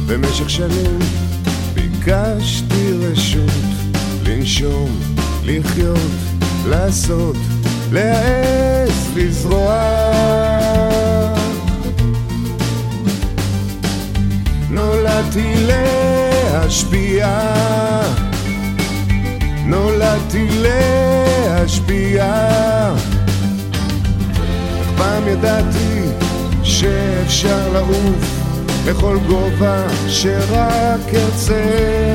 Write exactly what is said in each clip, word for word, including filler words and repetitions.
במשך שנים ביקשתי רשות לנשום, לחיות, לעשות, להעז, לזרוע. נולדתי להשפיע, נולדתי להשפיע. פעם ידעתי שאפשר לעוף לכל גובה שרק ארצה.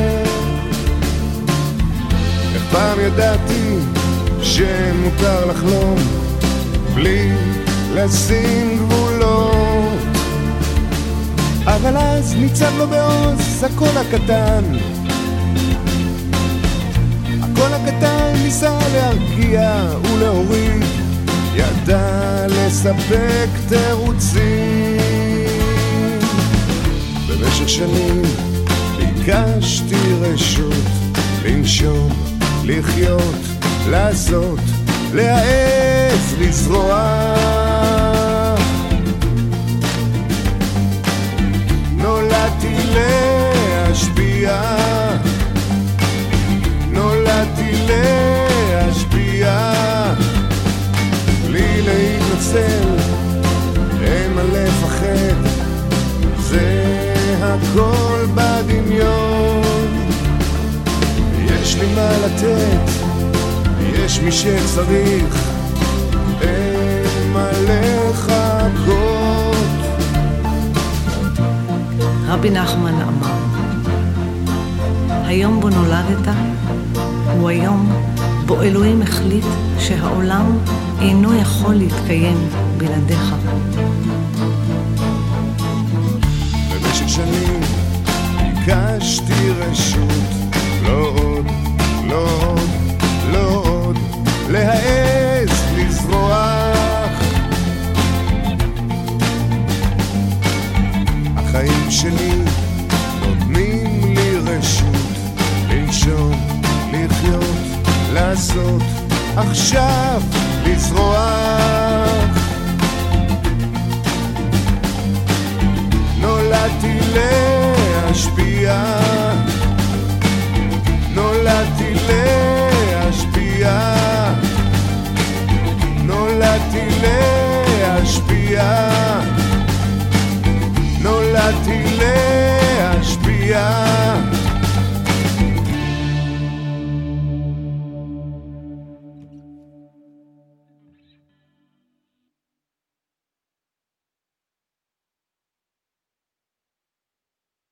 פעם ידעתי שמותר לחלום בלי לשים גבולות. אבל אז ניצב לו בעוז הקול הקטן, הקול הקטן ניסה להרגיע ולהוריד, ידע לספק תירוצים. במשך שנים ביקשתי רשות לנשום, לחיות, לעשות, להעז, לזרוע. נולדתי להשפיע, נולדתי להשפיע. בלי להתנצל, אין מה לפחד, זה הכל בדמיון. יש לי מה לתת, יש מי שצריך, אין מה לחכות. רבי נחמן אמר, היום בו נולדת הוא היום בו אלוהים החליט שהעולם אינו יכול להתקיים בלעדיך. במשך שנים ביקשתי רשות, לא עוד, לא עוד, לא עוד, להעז, לזרוח. החיים שלי נותנים לי רשות לנשום, לחיות, לעשות, עכשיו לזרוח. נולדתי ל...